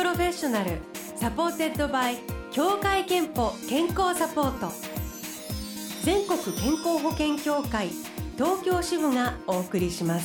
プロフェッショナルサポーテッドバイ協会憲法健康サポート、全国健康保険協会東京支部がお送りします。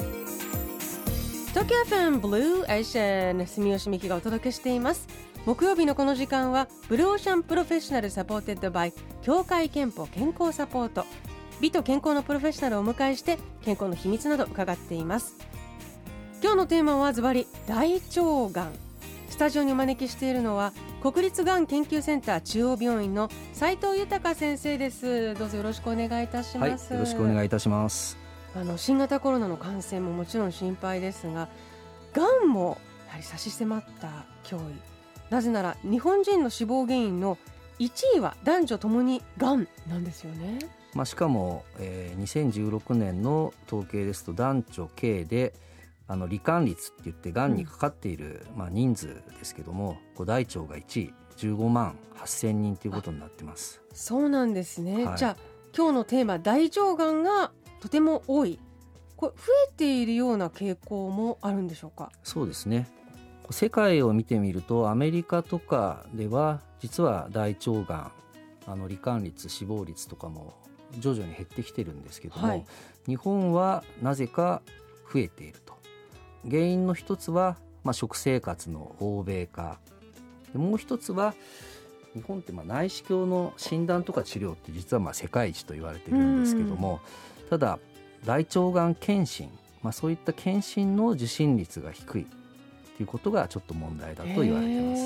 東京 FM ブルーエーシャン、住吉美希がお届けしています。木曜日のこの時間はブルーオーシャンプロフェッショナルサポーテッドバイ協会憲法健康サポート、美と健康のプロフェッショナルをお迎えして健康の秘密など伺っています。今日のテーマはズバリ大腸がん。スタジオにお招きしているのは国立がん研究センター中央病院の斉藤豊先生です。どうぞよろしくお願いいたします。 はい、よろしくお願いいたします。 新型コロナの感染ももちろん心配ですが、がんもやはり差し迫った脅威。なぜなら日本人の死亡原因の1位は男女ともにがんなんですよね。 しかも、2016年の統計ですと男女計で罹患率って言ってがんにかかっている、人数ですけども、大腸が1位15万8000人ということになってます。 そうなんですね、 はい、 じゃあ今日のテーマ大腸がんがとても多い、これ増えているような傾向もあるんでしょうか。 そうですね、世界を見てみるとアメリカとかでは実は大腸がん罹患率死亡率とかも徐々に減ってきてるんですけども、はい、日本はなぜか増えていると。原因の一つは、食生活の欧米化で、もう一つは日本って内視鏡の診断とか治療って実は世界一と言われているんですけども、ただ大腸がん検診、そういった検診の受診率が低いということがちょっと問題だと言われています。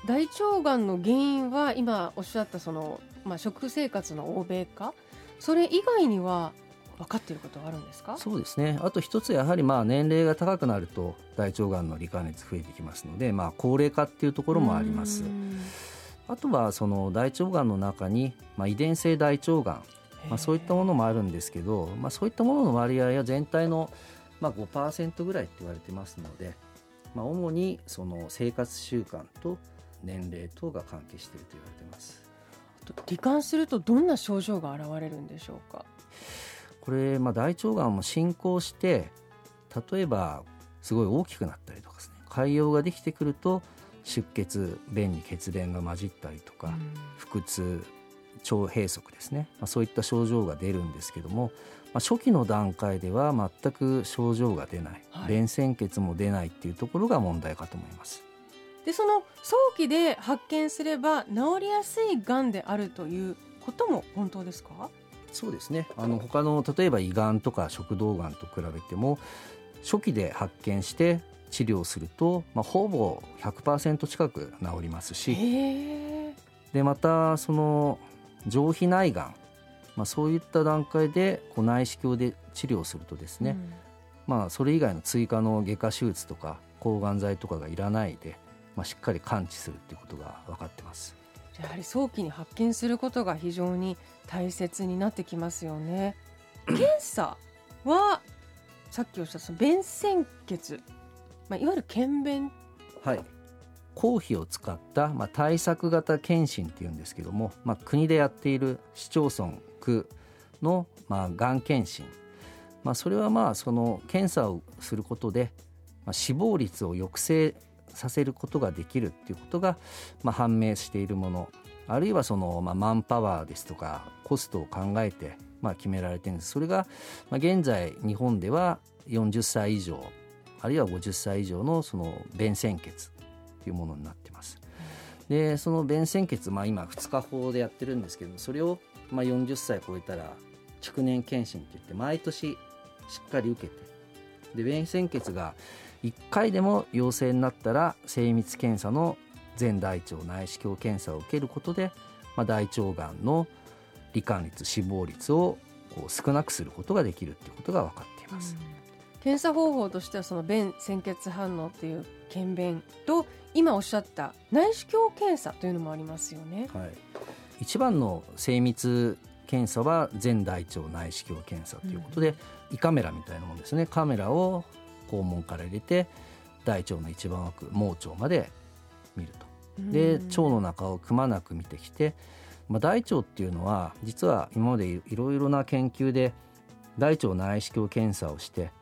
大腸がんの原因は今おっしゃった食生活の欧米化、それ以外には分かっていることはあるんですか。 そうですね、あと一つやはり年齢が高くなると大腸がんの罹患率増えてきますので、高齢化っていうところもあります。あとはその大腸がんの中に、遺伝性大腸がん、そういったものもあるんですけど、そういったものの割合は全体の、5% ぐらいって言われてますので、主にその生活習慣と年齢等が関係していると言われています。 罹患するとどんな症状が現れるんでしょうか。 これ、大腸がんも進行して、例えばすごい大きくなったりとかですね、潰瘍ができてくると出血、便に血便が混じったりとか、腹痛、腸閉塞ですね、そういった症状が出るんですけども、初期の段階では全く症状が出ない、便潜血も出ないっていうところが問題かと思います。 でその早期で発見すれば治りやすいがんであるということも本当ですか。 そうですね、他の例えば胃がんとか食道がんと比べても初期で発見して治療すると、ほぼ 100% 近く治りますし、でまたその上皮内がん、そういった段階で内視鏡で治療するとですね、それ以外の追加の外科手術とか抗がん剤とかがいらないで、しっかり完治するということが分かってます。 やはり早期に発見することが非常に大切になってきますよね。検査はさっきおっしゃった便潜血、いわゆる検便、 公費を使った、対策型検診っていうんですけども、国でやっている市町村区の、がん検診、それはその検査をすることで、死亡率を抑制させることができるっていうことが、判明しているもの、あるいはその、マンパワーですとかコストを考えて、決められているんです。それが、現在日本では40歳以上あるいは50歳以上のその便潜血というものになっています。でその便潜血、今2日法でやってるんですけど、それを40歳超えたら蓄年検診といって毎年しっかり受けて、で便潜血が1回でも陽性になったら精密検査の全大腸内視鏡検査を受けることで、大腸がんの罹患率死亡率を少なくすることができるということが分かっています。 検査方法としてはその便潜血反応という検便と今おっしゃった内視鏡検査というのもありますよね。 一番の精密検査は全大腸内視鏡検査ということで、胃カメラみたいなものですね。カメラを肛門から入れて大腸の一番奥盲腸まで見ると。で腸の中をくまなく見てきて、大腸っていうのは実は今までいろいろな研究で大腸内視鏡検査をして、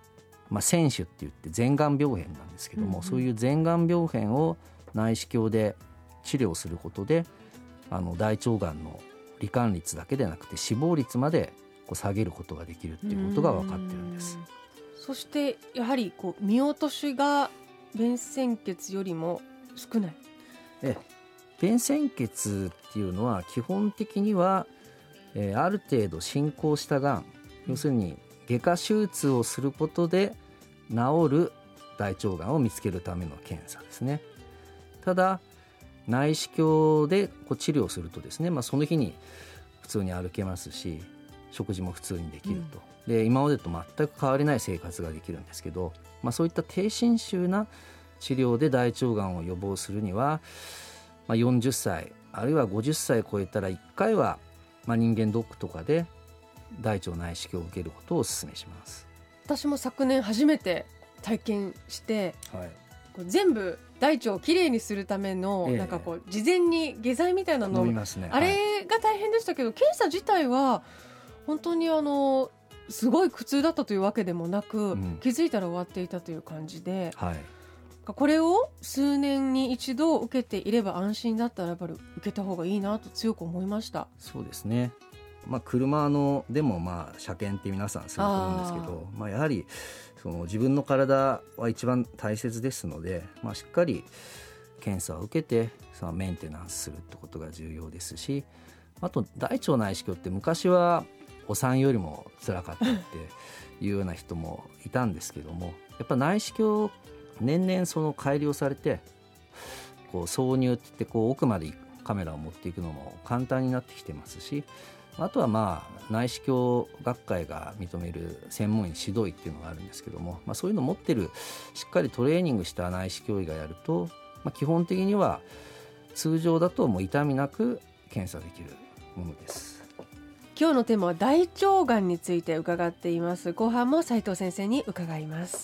腺腫って言って前がん病変なんですけども、そういう前がん病変を内視鏡で治療することで大腸がんの罹患率だけでなくて死亡率まで下げることができるっていうことが分かってるんです。 そしてやはり見落としが便潜血よりも少ない。 便潜血っていうのは基本的には、ある程度進行したがん、要するに外科手術をすることで治る大腸がんを見つけるための検査ですね。ただ内視鏡で治療するとですね、その日に普通に歩けますし食事も普通にできると、で今までと全く変わりない生活ができるんですけど、そういった低侵襲な治療で大腸がんを予防するには、40歳あるいは50歳超えたら1回は、人間ドックとかで大腸内視鏡を受けることをお勧めします。 私も昨年初めて体験して、全部大腸をきれいにするための、事前に下剤みたいなのを飲みますね。あれが大変でしたけど、検査自体は本当にすごい苦痛だったというわけでもなく、気づいたら終わっていたという感じで、これを数年に一度受けていれば安心だったらやっぱり受けた方がいいなと強く思いました。 そうですね。車でも車検って皆さんすると思うんですけど、やはり自分の体は一番大切ですので、しっかり検査を受けてメンテナンスするってことが重要ですし、あと大腸内視鏡って昔はお産よりも辛かったっていうような人もいたんですけども、やっぱ内視鏡年々改良されて挿入って言って奥までカメラを持っていくのも簡単になってきてますし、あとは内視鏡学会が認める専門医指導医っていうのがあるんですけども、そういうのを持ってるしっかりトレーニングした内視鏡医がやると、基本的には通常だともう痛みなく検査できるものです。 今日のテーマは大腸がんについて伺っています。後半も斉藤先生に伺います。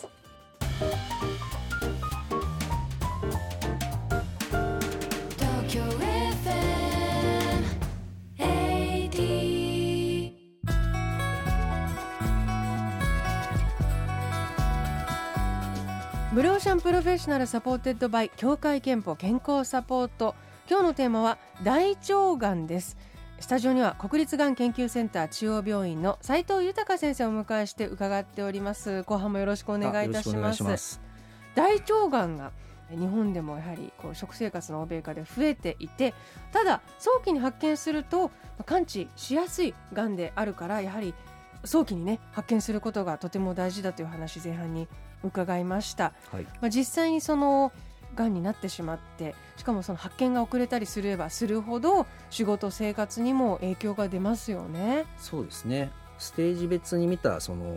ブルーオーシャンプロフェッショナルサポーテッドバイ協会憲法健康サポート。今日のテーマは大腸がんです。スタジオには国立がん研究センター中央病院の斉藤豊先生をお迎えして伺っております。後半もよろしくお願いいたします。大腸がんが日本でもやはり食生活の欧米化で増えていて、ただ早期に発見すると完治しやすいがんであるから、やはり早期に発見することがとても大事だという話前半に伺いました。実際にがんになってしまって、しかも発見が遅れたりすればするほど仕事生活にも影響が出ますよね。 そうですね。ステージ別に見た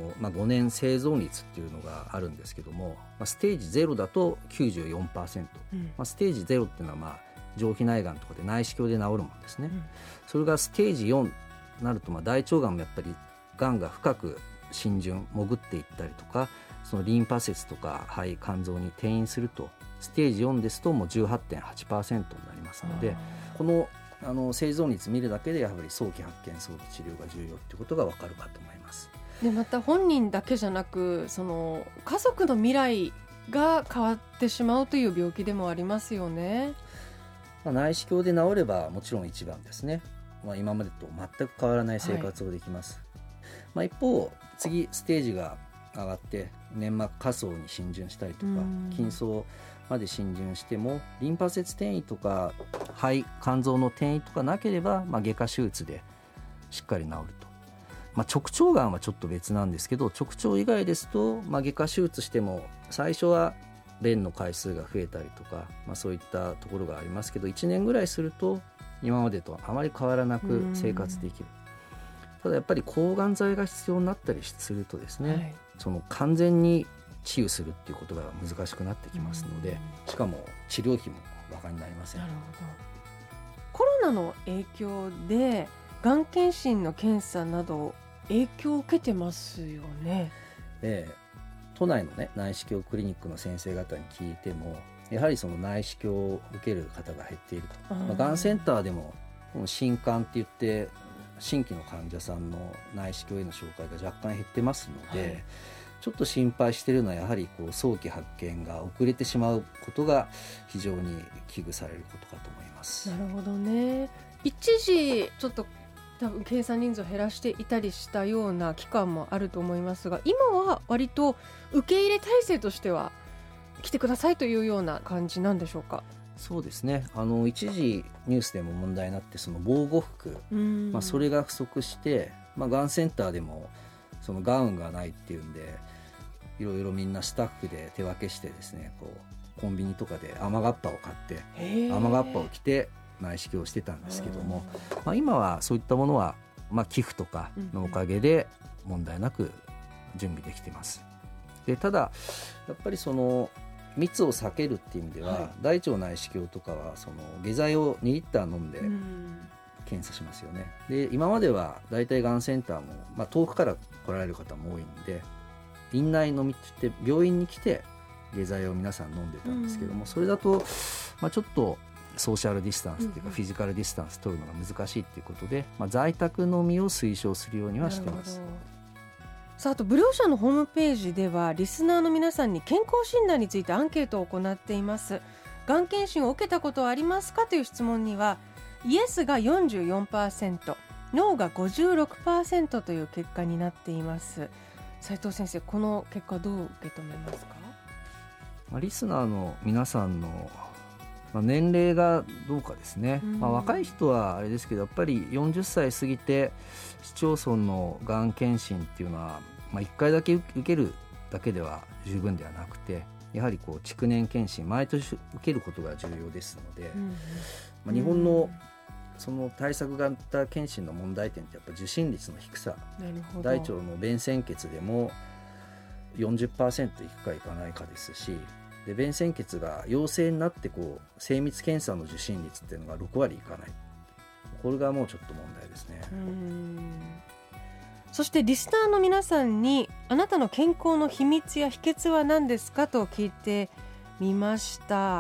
5年生存率っていうのがあるんですけども、ステージ0だと 94%、ステージ0っていうのは上皮内がんとかで内視鏡で治るものですね。それがステージ4になると大腸がんもやっぱりがんが深く浸潤潜っていったりとか、リンパ節とか肺肝臓に転移するとステージ4ですともう 18.8% になりますので、この生存率見るだけでやはり早期発見早期治療が重要ということが分かるかと思います。 でまた本人だけじゃなく家族の未来が変わってしまうという病気でもありますよね。 内視鏡で治ればもちろん一番ですね。今までと全く変わらない生活をできます。一方次ステージが上がって粘膜下層に浸潤したりとか筋層まで浸潤してもリンパ節転移とか肺肝臓の転移とかなければ、外科手術でしっかり治ると。直腸がんはちょっと別なんですけど、直腸以外ですと、外科手術しても最初は便の回数が増えたりとか、そういったところがありますけど、1年ぐらいすると今までとあまり変わらなく生活できる。ただやっぱり抗がん剤が必要になったりするとですね、完全に治癒するっていうことが難しくなってきますので、しかも治療費もバカになりません。 なるほど。コロナの影響でがん検診の検査など影響を受けてますよね。 都内の内視鏡クリニックの先生方に聞いてもやはり内視鏡を受ける方が減っていると。がんセンターでも新患って言って新規の患者さんの内視鏡への紹介が若干減ってますので、 ちょっと心配しているのはやはりこう早期発見が遅れてしまうことが非常に危惧されることかと思います。 なるほどね。一時ちょっと多分計算人数を減らしていたりしたような期間もあると思いますが、今は割と受け入れ体制としては来てくださいというような感じなんでしょうか。 そうですね、一時ニュースでも問題になってその防護服、それが不足して、がんセンターでもそのガウンがないっていうんでいろいろみんなスタッフで手分けしてですね、こうコンビニとかで雨がっぱを買って雨がっぱを着て内視鏡をしてたんですけども、今はそういったものは、寄付とかのおかげで問題なく準備できています。でただやっぱりその密を避けるっていう意味では、大腸内視鏡とかはその下剤を2リッター飲んで検査しますよね。で今まではだいたいがんセンターも、遠くから来られる方も多いんで院内飲みって病院に来て下剤を皆さん飲んでたんですけども、それだと、ちょっとソーシャルディスタンスっていうか、フィジカルディスタンス取るのが難しいっていうことで、在宅飲みを推奨するようにはしてます。 さあ、あとブルーオーシャンのホームページではリスナーの皆さんに健康診断についてアンケートを行っています。がん検診を受けたことはありますかという質問にはイエスが 44%、 ノーが 56% という結果になっています。斉藤先生、この結果どう受け止めますか？ リスナーの皆さんの年齢がどうかですね、若い人はあれですけど、やっぱり40歳過ぎて市町村のがん検診っていうのは、1回だけ受けるだけでは十分ではなくて、やはりこう蓄年検診毎年受けることが重要ですので、日本のその対策型検診の問題点ってやっぱ受診率の低さ。大腸の便潜血でも 40% いくかいかないかですし、で便潜血が陽性になってこう精密検査の受診率っていうのが6割いかない。これがもうちょっと問題ですね。 そしてリスナーの皆さんにあなたの健康の秘密や秘訣は何ですかと聞いてみました。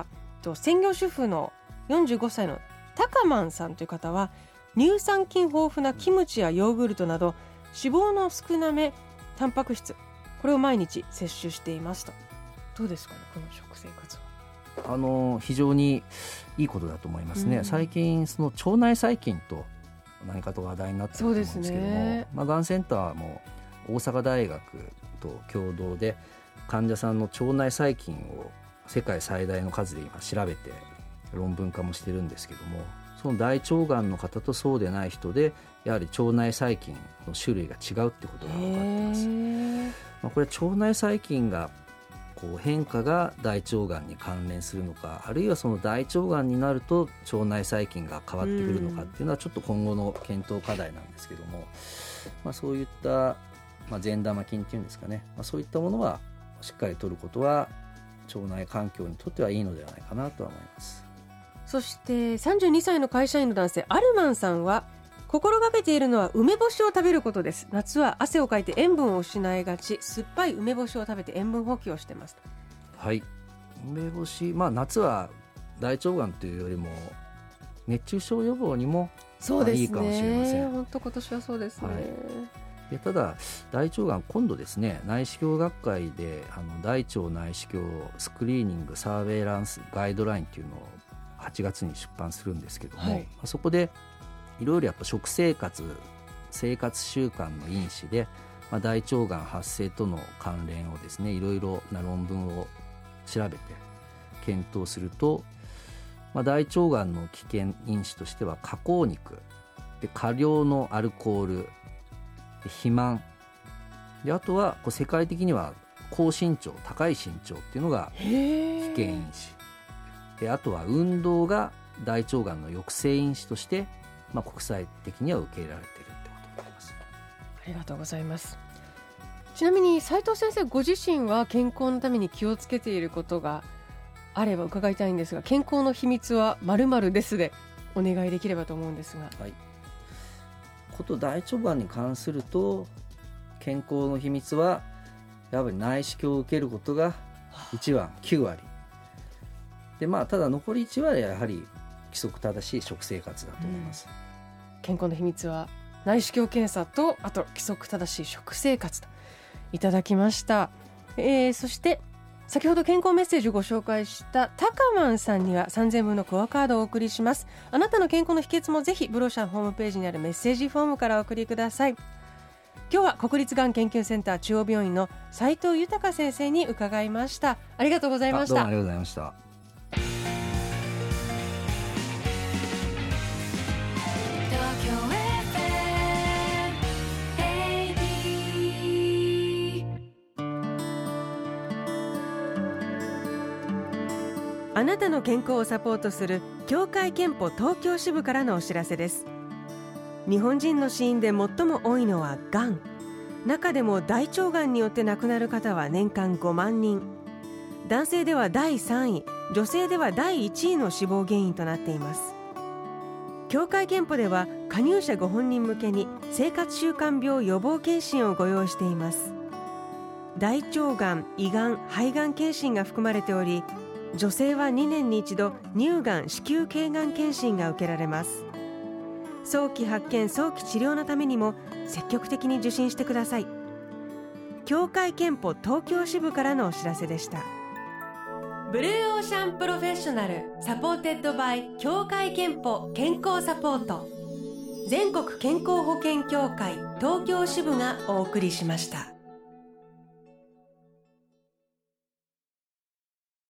専業主婦の45歳のタカマンさんという方は、乳酸菌豊富なキムチやヨーグルトなど脂肪の少なめタンパク質、これを毎日摂取していますと。どうですかね、この食生活は。 非常にいいことだと思いますね。最近その腸内細菌と何かと話題になっていると思うんですけども、がんセンターも大阪大学と共同で患者さんの腸内細菌を世界最大の数で今調べて論文化もしてるんですけども、その大腸がんの方とそうでない人でやはり腸内細菌の種類が違うってことが分かってます。これ腸内細菌がこう変化が大腸がんに関連するのか、あるいはその大腸がんになると腸内細菌が変わってくるのかっていうのはちょっと今後の検討課題なんですけども、そういった、善玉菌っていうんですかね、そういったものはしっかり取ることは腸内環境にとってはいいのではないかなとは思います。 そして32歳の会社員の男性アルマンさんは、心がけているのは梅干しを食べることです。夏は汗をかいて塩分を失いがち、酸っぱい梅干しを食べて塩分補給をしてます。 はい、梅干し、夏は大腸がんというよりも熱中症予防にもいいかもしれません。 本当今年はそうですね。 でただ大腸がん、今度ですね、内視鏡学会で大腸内視鏡スクリーニングサーベイランスガイドラインっていうのを8月に出版するんですけども、そこでいろいろやっぱ食生活生活習慣の因子で、大腸がん発生との関連をですね、いろいろな論文を調べて検討すると、大腸がんの危険因子としては加工肉で、過量のアルコールで、肥満で、あとは世界的には高身長高い身長っていうのが危険因子で、あとは運動が大腸がんの抑制因子として国際的には受け入れられているってことになります。 ありがとうございます。ちなみに斉藤先生ご自身は健康のために気をつけていることがあれば伺いたいんですが、健康の秘密は〇〇ですでお願いできればと思うんですが。 こと大腸がんに関すると、健康の秘密はやっぱり内視鏡を受けることが1割9割で、ただ残り1割はやはり規則正しい食生活だと思います。 健康の秘密は内視鏡検査と、あと規則正しい食生活といただきました。そして先ほど健康メッセージをご紹介したタカマンさんには3000分のクオカードをお送りします。あなたの健康の秘訣もぜひブローシャンホームページにあるメッセージフォームからお送りください。今日は国立がん研究センター中央病院の斉藤豊先生に伺いました。ありがとうございました。 どうもありがとうございました。 あなたの健康をサポートする協会憲法東京支部からのお知らせです。日本人の死因で最も多いのはがん。中でも大腸がんによって亡くなる方は年間5万人。男性では第3位、女性では第1位の死亡原因となっています。協会憲法では加入者ご本人向けに生活習慣病予防検診をご用意しています。大腸がん、胃がん、肺がん検診が含まれており、女性は2年に一度乳がん、子宮頸がん検診が受けられます。早期発見、早期治療のためにも積極的に受診してください。協会憲法東京支部からのお知らせでした。ブルーオーシャンプロフェッショナルサポーテッドバイ協会憲法健康サポート、全国健康保険協会東京支部がお送りしました。